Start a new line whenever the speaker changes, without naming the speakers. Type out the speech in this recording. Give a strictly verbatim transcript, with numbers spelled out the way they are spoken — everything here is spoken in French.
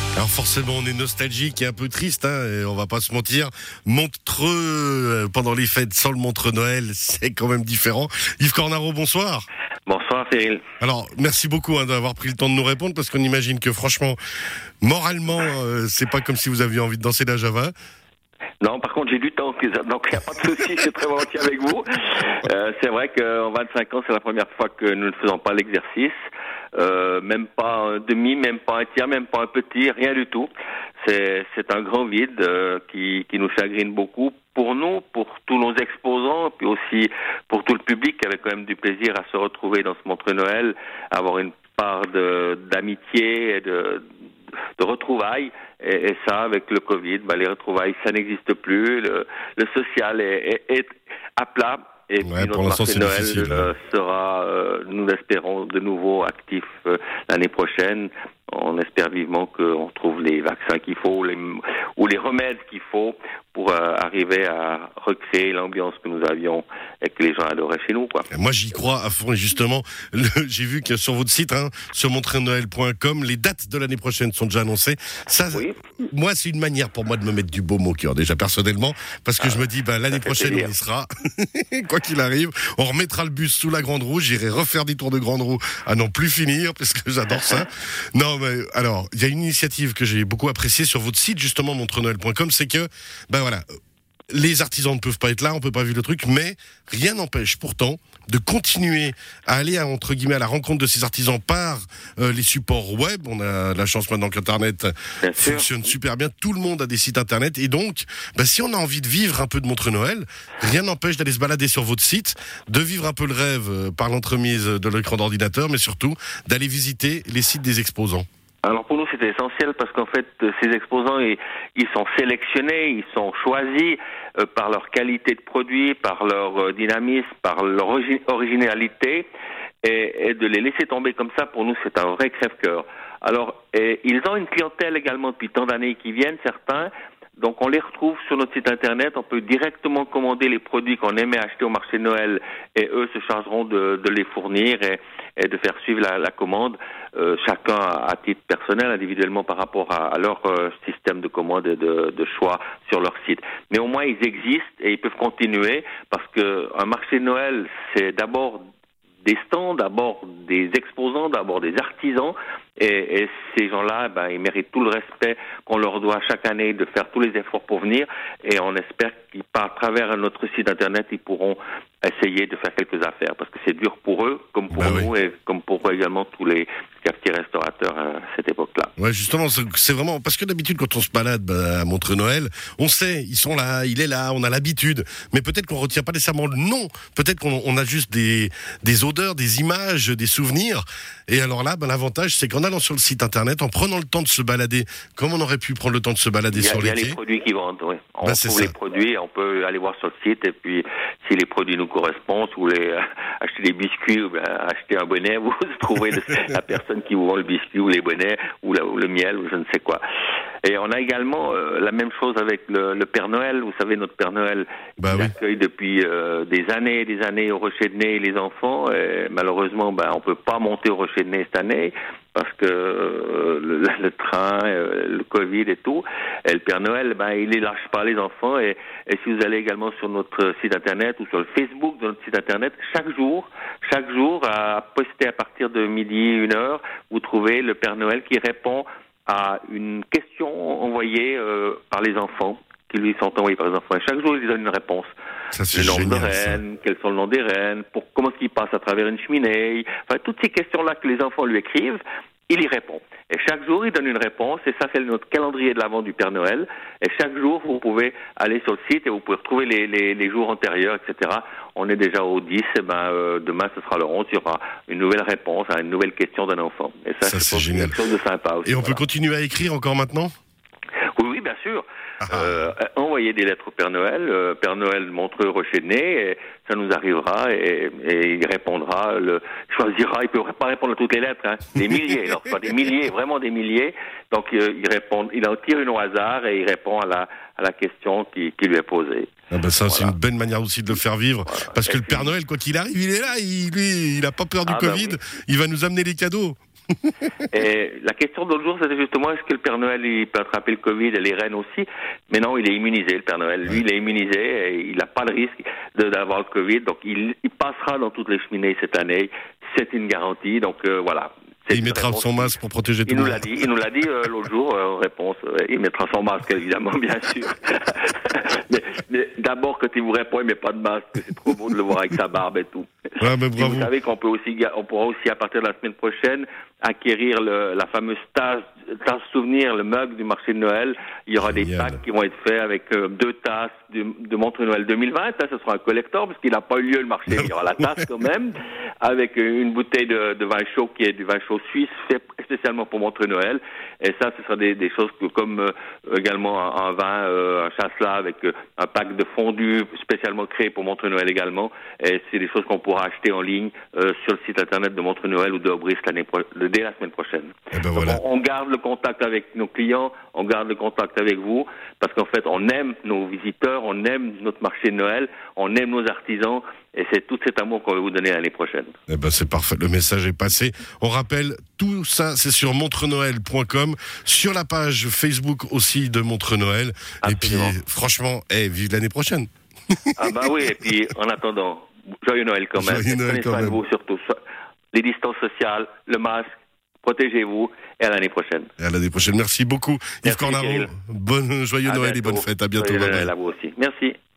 Alors forcément, on est nostalgique et un peu triste, hein, et on va pas se mentir. Montreux, euh, pendant les fêtes sans le montre Noël, c'est quand même différent. Yves Cornaro, bonsoir.
Bonsoir Cyril.
Alors, merci beaucoup hein, d'avoir pris le temps de nous répondre, parce qu'on imagine que franchement, moralement, euh, c'est pas comme si vous aviez envie de danser la Java.
Non, par contre, j'ai du temps, donc il n'y a pas de souci, je suis très volontiers avec vous. Euh, c'est vrai qu'en vingt-cinq ans, c'est la première fois que nous ne faisons pas l'exercice. Euh, même pas un demi, même pas un tiers, même pas un petit, rien du tout. C'est, c'est un grand vide euh, qui, qui nous chagrine beaucoup. Pour nous, pour tous nos exposants, puis aussi pour tout le public qui avait quand même du plaisir à se retrouver dans ce Montreux Noël, avoir une part de, d'amitié et de, de retrouvailles. Et, et ça, avec le Covid, bah, les retrouvailles, ça n'existe plus. Le, le social est, est, est à plat. Et
ouais,
puis notre marché de Noël euh, sera, euh, nous l'espérons, de nouveau actif euh, l'année prochaine. On espère vivement qu'on trouve les vaccins qu'il faut, les, ou les remèdes qu'il faut pour euh, arriver à recréer l'ambiance que nous avions et que les gens adoraient chez nous, quoi.
Moi, j'y crois à fond. Et justement, le, j'ai vu que sur votre site, hein, sur montreux noël point com, les dates de l'année prochaine sont déjà annoncées. Ça, oui. Moi, c'est une manière pour moi de me mettre du baume au cœur, déjà personnellement, parce que ah, je me dis, bah, l'année prochaine, on y sera. Quoi qu'il arrive, on remettra le bus sous la grande roue. J'irai refaire des tours de grande roue à n'en plus finir, parce que j'adore ça. Non, mais alors, il y a une initiative que j'ai beaucoup appréciée sur votre site, justement, montreux noël point com, c'est que, ben voilà, les artisans ne peuvent pas être là, on peut pas vivre le truc, mais rien n'empêche pourtant de continuer à aller à, entre guillemets à la rencontre de ces artisans par euh, les supports web. On a la chance maintenant qu'Internet bien fonctionne sûr. super bien. Tout le monde a des sites Internet. Et donc, bah, si on a envie de vivre un peu de Montreux Noël, rien n'empêche d'aller se balader sur votre site, de vivre un peu le rêve euh, par l'entremise de l'écran d'ordinateur, mais surtout d'aller visiter les sites des exposants.
Alors pour nous c'était essentiel parce qu'en fait ces exposants ils, ils sont sélectionnés, ils sont choisis euh, par leur qualité de produit, par leur euh, dynamisme, par leur origi- originalité et, et de les laisser tomber comme ça pour nous c'est un vrai crève-cœur. Alors et, ils ont une clientèle également depuis tant d'années qui viennent certains. Donc on les retrouve sur notre site internet, on peut directement commander les produits qu'on aimait acheter au marché de Noël et eux se chargeront de, de les fournir et, et de faire suivre la, la commande, euh, chacun à titre personnel, individuellement par rapport à, à leur euh, système de commande et de, de choix sur leur site. Mais au moins ils existent et ils peuvent continuer parce qu'un marché de Noël c'est d'abord des stands, d'abord des exposants, d'abord des artisans, et, et ces gens-là, ben, ils méritent tout le respect qu'on leur doit chaque année de faire tous les efforts pour venir, et on espère qu'ils, par travers notre site internet, ils pourront essayer de faire quelques affaires, parce que c'est dur pour eux, comme pour ben nous, oui. et comme pour également tous les cafetiers restaurateurs à cette époque-là.
Ouais, justement, c'est, c'est vraiment, parce que d'habitude, quand on se balade ben, à Montreux Noël, on sait, ils sont là, il est là, on a l'habitude, mais peut-être qu'on retient pas nécessairement le nom, peut-être qu'on on a juste des, des odeurs, des images, des souvenirs, et alors là, ben, l'avantage, c'est qu'en allant sur le site internet, en prenant le temps de se balader, comme on aurait pu prendre le temps de se balader sur les quais.
Il y a les produits qui vendent, oui. On
ben,
trouve les produits, on peut aller voir sur le site, et puis si les produits nous correspondent, si vous voulez euh, acheter des biscuits, ou ben, acheter un bonnet, vous trouvez le, la personne qui vous vend le biscuit, ou les bonnets, ou, la, ou le miel, ou je ne sais quoi. Et on a également euh, la même chose avec le, le Père Noël. Vous savez, notre Père Noël, bah il oui. accueille depuis euh, des années et des années au Rocher de Nez les enfants. Et malheureusement, ben, on peut pas monter au Rocher de Nez cette année parce que euh, le, le train, euh, le Covid et tout. Et le Père Noël, ben, il ne lâche pas les enfants. Et, et si vous allez également sur notre site internet ou sur le Facebook de notre site internet, chaque jour, chaque jour, à poster à partir de midi, une heure, vous trouvez le Père Noël qui répond à une question envoyée euh, par les enfants, qui lui sont envoyés par les enfants. Et chaque jour, il donne une réponse.
Ça, c'est
le nom
génial,
de reine, quels sont le nom des reines, pour, comment est-ce qu'il passe à travers une cheminée. Enfin, toutes ces questions-là que les enfants lui écrivent, il y répond. Et chaque jour, il donne une réponse, et ça, c'est notre calendrier de l'Avent du Père Noël. Et chaque jour, vous pouvez aller sur le site et vous pouvez retrouver les, les, les jours antérieurs, et cetera. On est déjà au dix, et ben, euh, demain, ce sera le onze, il y aura une nouvelle réponse à une nouvelle question d'un enfant. Et ça,
ça
c'est,
c'est génial.
Quelque chose de sympa aussi.
Et on
voilà.
peut continuer à écrire encore maintenant ?
Oui, oui, bien sûr. Euh, envoyer des lettres au Père Noël, euh, Père Noël Montreux Rocher de Nez, et ça nous arrivera et, et il répondra, le, il choisira, il peut pas répondre à toutes les lettres, hein, des milliers, alors pas des milliers, vraiment des milliers. Donc euh, il répond, il en tire une au hasard et il répond à la à la question qui, qui lui est posée.
Ah ben ça, voilà. C'est une belle manière aussi de le faire vivre, voilà. Parce que et le Père Noël, quoi qu'il arrive, il est là, il, lui, il a pas peur du ah Covid, ben oui. Il va nous amener les cadeaux.
Et la question de l'autre jour, c'était justement est-ce que le Père Noël il peut attraper le Covid et les reines aussi? Mais non, il est immunisé, le Père Noël. Lui, ouais. Il est immunisé et il n'a pas le risque de, d'avoir le Covid. Donc, il, il passera dans toutes les cheminées cette année. C'est une garantie. Donc, euh, voilà.
Et il mettra son masque pour protéger tout
il
le
nous
monde.
L'a dit, il nous l'a dit euh, l'autre jour, euh, en réponse. Euh, il mettra son masque, évidemment, bien sûr. mais, mais d'abord, quand il vous répond, il met pas de masque. C'est trop beau de le voir avec sa barbe et tout.
Ouais, mais bravo.
Et vous savez qu'on peut aussi, on pourra aussi, à partir de la semaine prochaine, acquérir le, la fameuse tasse, tasse souvenir, le mug du marché de Noël. Il y aura Génial. Des packs qui vont être faits avec euh, deux tasses de, de Montreux Noël deux mille vingt. Là, ce sera un collector parce qu'il n'a pas eu lieu le marché. Il y aura la tasse quand même, avec une bouteille de, de vin chaud qui est du vin chaud suisse fait spécialement pour Montreux Noël. Et ça, ce sera des, des choses que, comme euh, également un, un vin, euh, un chasselas avec euh, un pack de fondu spécialement créé pour Montreux Noël également. Et c'est des choses qu'on pourra acheter en ligne euh, sur le site internet de Montreux Noël ou de Obris l'année pro- dès la semaine prochaine.
Et ben voilà.
on, on garde le contact avec nos clients, on garde le contact avec vous, parce qu'en fait, on aime nos visiteurs, on aime notre marché de Noël, on aime nos artisans, et c'est tout cet amour qu'on va vous donner l'année prochaine.
Eh ben c'est parfait, le message est passé. On rappelle, tout ça, c'est sur montreux noël point com, sur la page Facebook aussi de Montreux Noël. Absolument. Et puis, franchement, eh, vive l'année prochaine.
Ah bah oui, et puis en attendant, joyeux Noël quand même.
Joyeux Noël quand même.
Vous surtout. Les distances sociales, le masque, protégez-vous, et à l'année prochaine.
Et à l'année prochaine. Merci beaucoup, Yves Cornaron. Bonne, joyeux à Noël bientôt. Et bonne fête. À bientôt.
Joyeux Noël à vous aussi. Merci.